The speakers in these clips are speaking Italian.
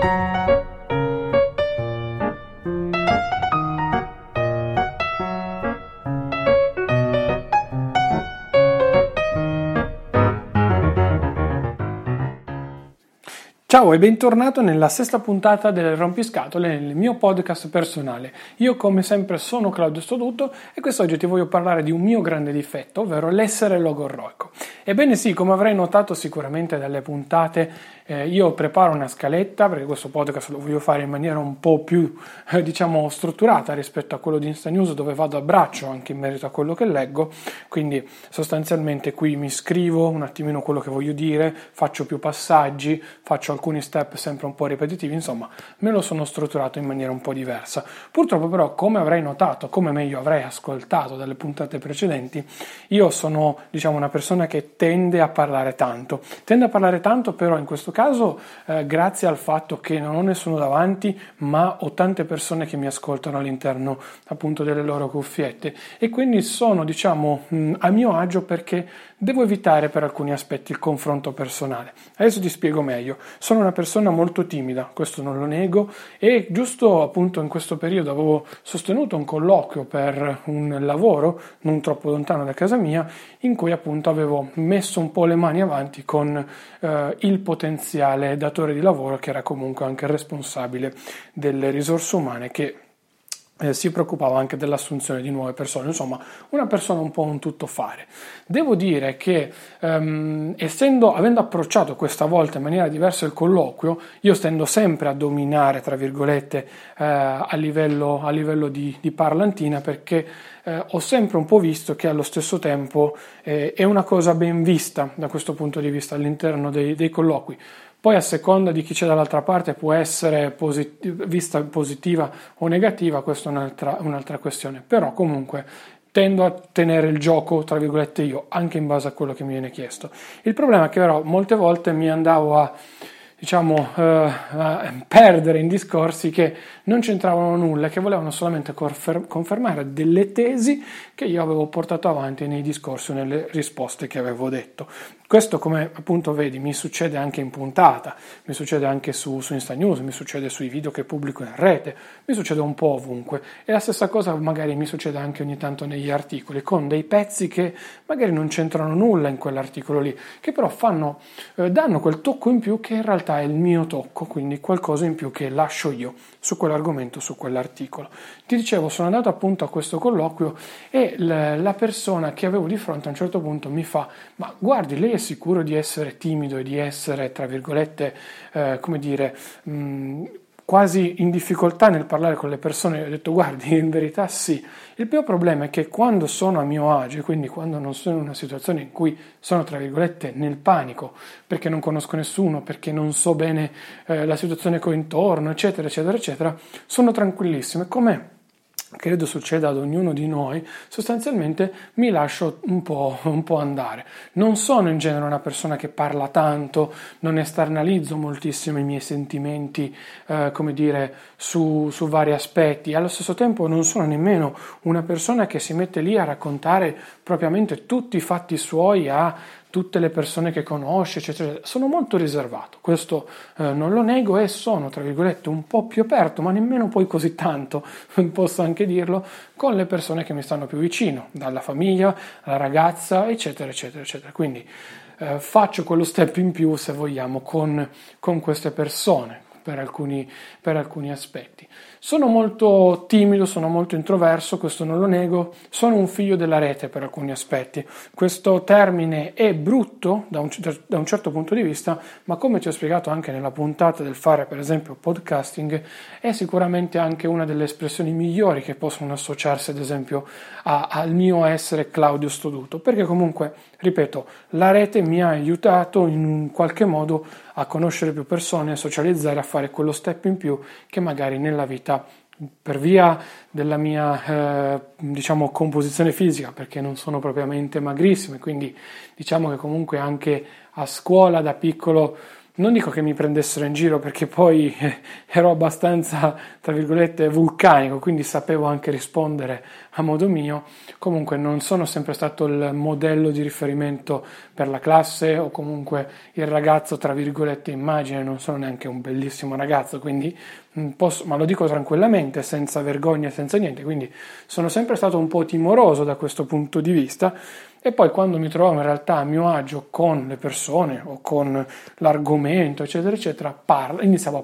Ciao e bentornato nella sesta puntata del Rompiscatole, nel mio podcast personale. Io come sempre sono Claudio Stoduto e quest'oggi ti voglio parlare di un mio grande difetto, ovvero l'essere logorroico. Ebbene sì, come avrai notato sicuramente dalle puntate, io preparo una scaletta perché questo podcast lo voglio fare in maniera un po' più, strutturata rispetto a quello di Insta News, dove vado a braccio anche in merito a quello che leggo, quindi sostanzialmente qui mi scrivo un attimino quello che voglio dire, faccio più passaggi, faccio alcuni step sempre un po' ripetitivi, insomma me lo sono strutturato in maniera un po' diversa. Purtroppo però, come avrai notato, come meglio avrai ascoltato dalle puntate precedenti, io sono una persona che tende a parlare tanto però in questo caso grazie al fatto che non ho nessuno davanti, ma ho tante persone che mi ascoltano all'interno appunto delle loro cuffiette e quindi sono a mio agio perché devo evitare per alcuni aspetti il confronto personale. Adesso ti spiego meglio. Sono una persona molto timida, questo non lo nego, e giusto appunto in questo periodo avevo sostenuto un colloquio per un lavoro non troppo lontano da casa mia, in cui appunto avevo messo un po' le mani avanti con il potenziale datore di lavoro, che era comunque anche responsabile delle risorse umane, che si preoccupava anche dell'assunzione di nuove persone, insomma una persona un po' un tuttofare. Devo dire che avendo approcciato questa volta in maniera diversa il colloquio, io tendo sempre a dominare tra virgolette a livello di parlantina, perché ho sempre un po' visto che allo stesso tempo è una cosa ben vista da questo punto di vista all'interno dei colloqui. Poi a seconda di chi c'è dall'altra parte può essere vista positiva o negativa, questa è un'altra questione, però comunque tendo a tenere il gioco, tra virgolette, io, anche in base a quello che mi viene chiesto. Il problema è che però molte volte mi andavo a perdere in discorsi che non c'entravano nulla, che volevano solamente confermare delle tesi che io avevo portato avanti nei discorsi o nelle risposte che avevo detto. Questo, come appunto vedi, mi succede anche in puntata, mi succede anche su Insta News, mi succede sui video che pubblico in rete, mi succede un po' ovunque, e la stessa cosa magari mi succede anche ogni tanto negli articoli, con dei pezzi che magari non c'entrano nulla in quell'articolo lì, che però danno quel tocco in più che in realtà è il mio tocco, quindi qualcosa in più che lascio io su quell'argomento, su quell'articolo. Ti dicevo, sono andato appunto a questo colloquio e la persona che avevo di fronte a un certo punto mi fa: ma guardi, lei è sicuro di essere timido e di essere, tra virgolette, quasi in difficoltà nel parlare con le persone? Io ho detto: guardi, in verità sì. Il mio problema è che quando sono a mio agio, quindi quando non sono in una situazione in cui sono, tra virgolette, nel panico, perché non conosco nessuno, perché non so bene la situazione che ho intorno, eccetera, eccetera, eccetera, sono tranquillissimo. E come credo succeda ad ognuno di noi, sostanzialmente mi lascio un po' andare. Non sono in genere una persona che parla tanto, non esternalizzo moltissimo i miei sentimenti, su vari aspetti. Allo stesso tempo non sono nemmeno una persona che si mette lì a raccontare propriamente tutti i fatti suoi a tutte le persone che conosce, eccetera. Sono molto riservato, questo non lo nego, e sono, tra virgolette, un po' più aperto, ma nemmeno poi così tanto, posso anche dirlo, con le persone che mi stanno più vicino, dalla famiglia, alla ragazza, eccetera, eccetera, eccetera. Quindi faccio quello step in più, se vogliamo, con queste persone, per alcuni aspetti. Sono molto timido, sono molto introverso, questo non lo nego, sono un figlio della rete per alcuni aspetti. Questo termine è brutto da un certo punto di vista, ma come ti ho spiegato anche nella puntata del fare, per esempio, podcasting, è sicuramente anche una delle espressioni migliori che possono associarsi, ad esempio, al mio essere Claudio Stoduto, perché comunque, ripeto, la rete mi ha aiutato in un qualche modo a conoscere più persone, a socializzare, a fare quello step in più che magari nella vita, per via della mia composizione fisica, perché non sono propriamente magrissimo, e quindi diciamo che comunque anche a scuola da piccolo non dico che mi prendessero in giro perché poi ero abbastanza, tra virgolette, vulcanico, quindi sapevo anche rispondere a modo mio. Comunque non sono sempre stato il modello di riferimento per la classe o comunque il ragazzo, tra virgolette, immagine, non sono neanche un bellissimo ragazzo, quindi ma lo dico tranquillamente, senza vergogna, senza niente, quindi sono sempre stato un po' timoroso da questo punto di vista. E poi quando mi trovavo in realtà a mio agio con le persone o con l'argomento, eccetera, eccetera, iniziavo a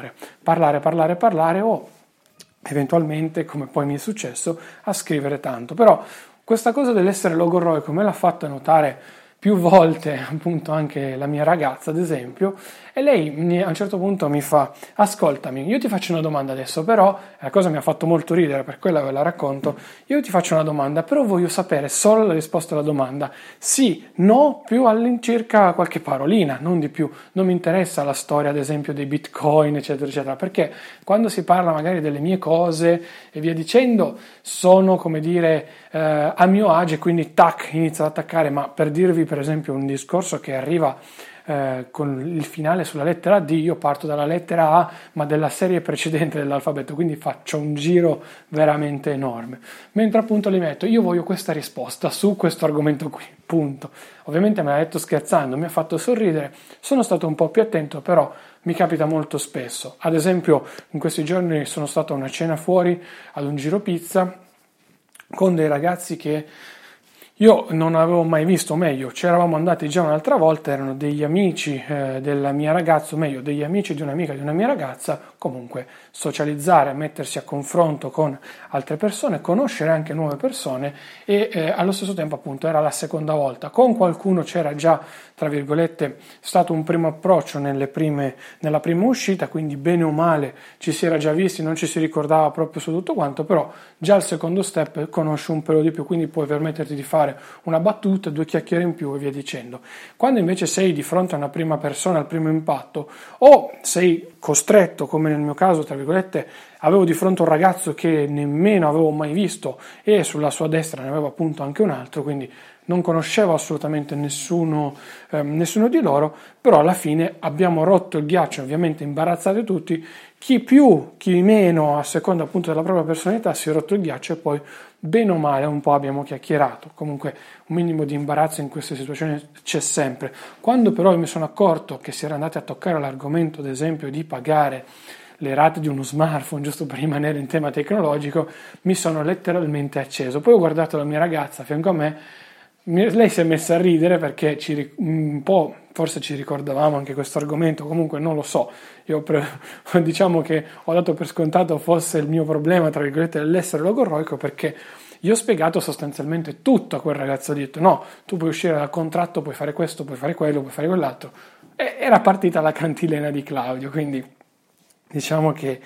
parlare o eventualmente, come poi mi è successo, a scrivere tanto. Però questa cosa dell'essere logorroico me l'ha fatta notare più volte appunto anche la mia ragazza, ad esempio, e lei a un certo punto mi fa: ascoltami, io ti faccio una domanda adesso, però la cosa mi ha fatto molto ridere, per quella ve la racconto. Io ti faccio una domanda, però voglio sapere solo la risposta alla domanda, sì, no, più all'incirca qualche parolina, non di più. Non mi interessa la storia ad esempio dei bitcoin, eccetera eccetera, perché quando si parla magari delle mie cose e via dicendo, sono, come dire, a mio agio, e quindi tac, inizio ad attaccare. Ma per dirvi per esempio un discorso che arriva con il finale sulla lettera D, io parto dalla lettera A ma della serie precedente dell'alfabeto, quindi faccio un giro veramente enorme, mentre appunto li metto: io voglio questa risposta su questo argomento qui, punto. Ovviamente me l'ha detto scherzando, mi ha fatto sorridere, sono stato un po' più attento, però mi capita molto spesso. Ad esempio in questi giorni sono stato a una cena fuori, ad un giro pizza, con dei ragazzi che io non avevo mai visto, meglio, ci eravamo andati già un'altra volta, erano degli amici della mia ragazza, o meglio, degli amici di un'amica di una mia ragazza. Comunque socializzare, mettersi a confronto con altre persone, conoscere anche nuove persone e allo stesso tempo appunto era la seconda volta. Con qualcuno c'era già, tra virgolette, stato un primo approccio nella prima uscita, quindi bene o male ci si era già visti, non ci si ricordava proprio su tutto quanto, però già il secondo step conosci un pelo di più, quindi puoi permetterti di fare una battuta, due chiacchiere in più e via dicendo. Quando invece sei di fronte a una prima persona, al primo impatto, o sei costretto, come nel mio caso, tra virgolette, avevo di fronte un ragazzo che nemmeno avevo mai visto e sulla sua destra ne avevo appunto anche un altro, quindi non conoscevo assolutamente nessuno di loro, però alla fine abbiamo rotto il ghiaccio, ovviamente imbarazzati tutti, chi più, chi meno, a seconda appunto della propria personalità, si è rotto il ghiaccio e poi bene o male un po' abbiamo chiacchierato. Comunque un minimo di imbarazzo in queste situazioni c'è sempre. Quando però mi sono accorto che si era andati a toccare l'argomento, ad esempio, di pagare le rate di uno smartphone, giusto per rimanere in tema tecnologico, mi sono letteralmente acceso. Poi ho guardato la mia ragazza a fianco a me, lei si è messa a ridere perché un po' forse ci ricordavamo anche questo argomento, comunque non lo so, diciamo che ho dato per scontato fosse il mio problema, tra virgolette, dell'essere logorroico, perché gli ho spiegato sostanzialmente tutto a quel ragazzo, ho detto: no, tu puoi uscire dal contratto, puoi fare questo, puoi fare quello, puoi fare quell'altro, e era partita la cantilena di Claudio, quindi diciamo che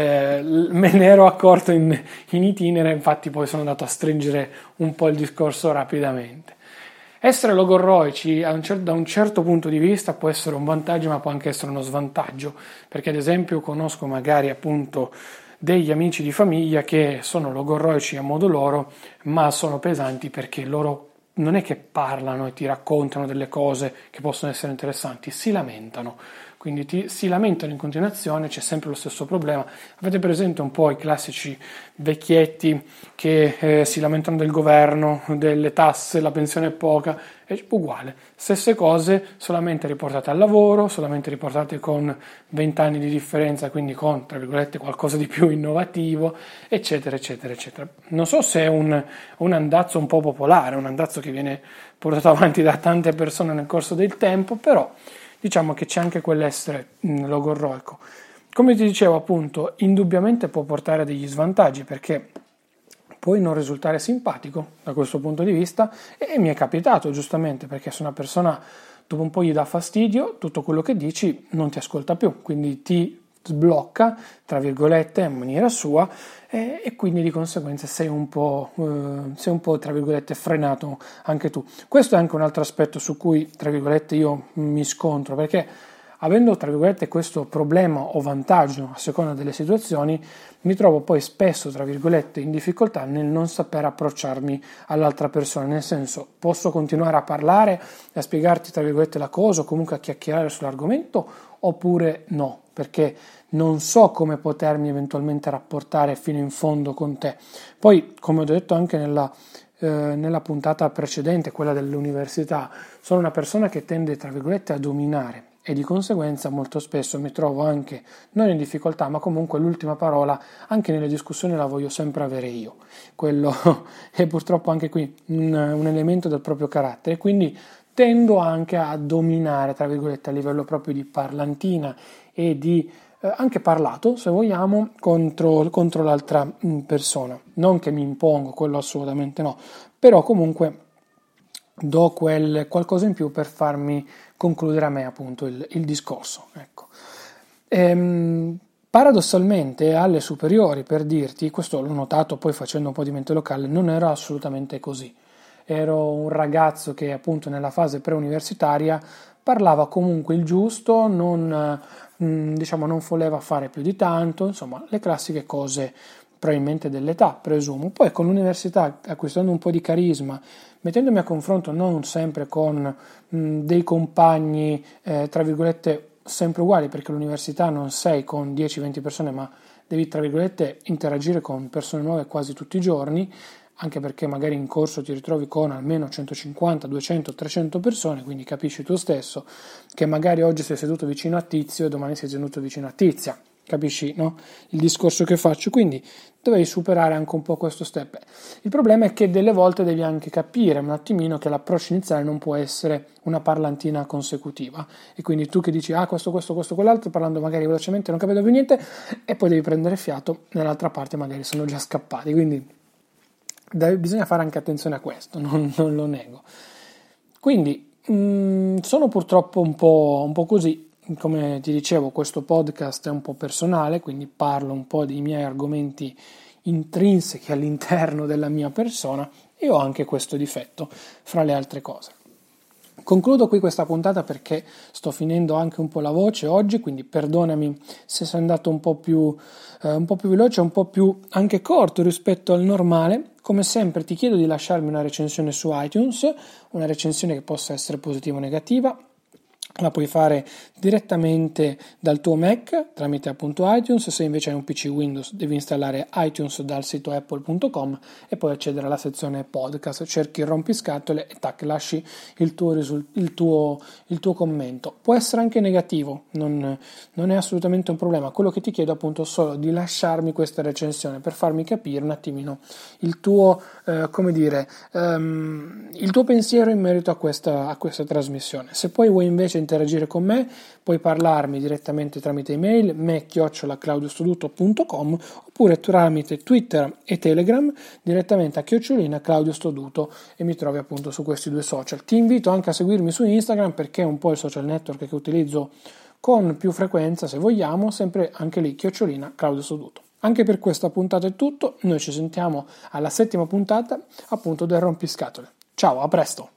me ne ero accorto in itinere, infatti poi sono andato a stringere un po' il discorso rapidamente. Essere logorroici da un certo punto di vista può essere un vantaggio, ma può anche essere uno svantaggio, perché ad esempio conosco magari appunto degli amici di famiglia che sono logorroici a modo loro, ma sono pesanti perché loro non è che parlano e ti raccontano delle cose che possono essere interessanti, si lamentano. Quindi si lamentano in continuazione, c'è sempre lo stesso problema. Avete presente un po' i classici vecchietti che si lamentano del governo, delle tasse, la pensione è poca? È uguale, stesse cose, solamente riportate al lavoro, solamente riportate con 20 anni di differenza, quindi con, tra virgolette, qualcosa di più innovativo, eccetera, eccetera, eccetera. Non so se è un andazzo un po' popolare, un andazzo che viene portato avanti da tante persone nel corso del tempo, però diciamo che c'è anche quell'essere logorroico. Come ti dicevo appunto, indubbiamente può portare a degli svantaggi, perché puoi non risultare simpatico da questo punto di vista, e mi è capitato giustamente, perché se una persona dopo un po' gli dà fastidio, tutto quello che dici non ti ascolta più, quindi ti sblocca, tra virgolette, in maniera sua, e quindi di conseguenza sei un po', tra virgolette, frenato anche tu. Questo è anche un altro aspetto su cui, tra virgolette, io mi scontro, perché avendo tra virgolette questo problema o vantaggio a seconda delle situazioni, mi trovo poi spesso tra virgolette in difficoltà nel non saper approcciarmi all'altra persona, nel senso posso continuare a parlare e a spiegarti tra virgolette la cosa o comunque a chiacchierare sull'argomento oppure no, perché non so come potermi eventualmente rapportare fino in fondo con te. Poi, come ho detto anche nella puntata precedente, quella dell'università, sono una persona che tende tra virgolette a dominare e di conseguenza molto spesso mi trovo anche non in difficoltà, ma comunque l'ultima parola anche nelle discussioni la voglio sempre avere io. Quello è purtroppo anche qui un elemento del proprio carattere, quindi tendo anche a dominare tra virgolette a livello proprio di parlantina e di anche parlato, se vogliamo, contro l'altra persona. Non che mi impongo, quello assolutamente no, però comunque do qualcosa in più per farmi concludere a me appunto il discorso. Ecco. Paradossalmente alle superiori, per dirti, questo l'ho notato poi facendo un po' di mente locale, non era assolutamente così. Ero un ragazzo che appunto nella fase preuniversitaria parlava comunque il giusto, non voleva fare più di tanto, insomma le classiche cose probabilmente dell'età, presumo. Poi con l'università, acquistando un po' di carisma, mettendomi a confronto non sempre con dei compagni, tra virgolette, sempre uguali, perché all'università non sei con 10-20 persone, ma devi, tra virgolette, interagire con persone nuove quasi tutti i giorni, anche perché magari in corso ti ritrovi con almeno 150, 200, 300 persone, quindi capisci tu stesso che magari oggi sei seduto vicino a Tizio e domani sei seduto vicino a Tizia. Capisci, no? Il discorso che faccio, quindi dovevi superare anche un po' questo step. Il problema è che delle volte devi anche capire un attimino che l'approccio iniziale non può essere una parlantina consecutiva e quindi tu che dici questo, quell'altro, parlando magari velocemente non capito più niente e poi devi prendere fiato, nell'altra parte magari sono già scappati, quindi bisogna fare anche attenzione a questo, non lo nego. Quindi sono purtroppo un po' così. Come ti dicevo, questo podcast è un po' personale, quindi parlo un po' dei miei argomenti intrinseci all'interno della mia persona e ho anche questo difetto, fra le altre cose. Concludo qui questa puntata perché sto finendo anche un po' la voce oggi, quindi perdonami se sono andato un po' più veloce, un po' più anche corto rispetto al normale. Come sempre ti chiedo di lasciarmi una recensione su iTunes, una recensione che possa essere positiva o negativa. La puoi fare direttamente dal tuo Mac tramite appunto iTunes, se invece hai un PC Windows devi installare iTunes dal sito apple.com e poi accedere alla sezione podcast, cerchi il rompiscatole e tac, lasci il tuo commento. Può essere anche negativo, non è assolutamente un problema, quello che ti chiedo appunto è solo di lasciarmi questa recensione per farmi capire un attimino il tuo il tuo pensiero in merito a questa trasmissione. Se poi vuoi invece interagire con me, puoi parlarmi direttamente tramite email me@claudiostoduto.com oppure tramite Twitter e Telegram direttamente a @claudiostoduto e mi trovi appunto su questi due social. Ti invito anche a seguirmi su Instagram perché è un po' il social network che utilizzo con più frequenza, se vogliamo, sempre anche lì @claudiostoduto. Anche per questa puntata è tutto, noi ci sentiamo alla 7ª puntata appunto del Rompiscatole. Ciao, a presto!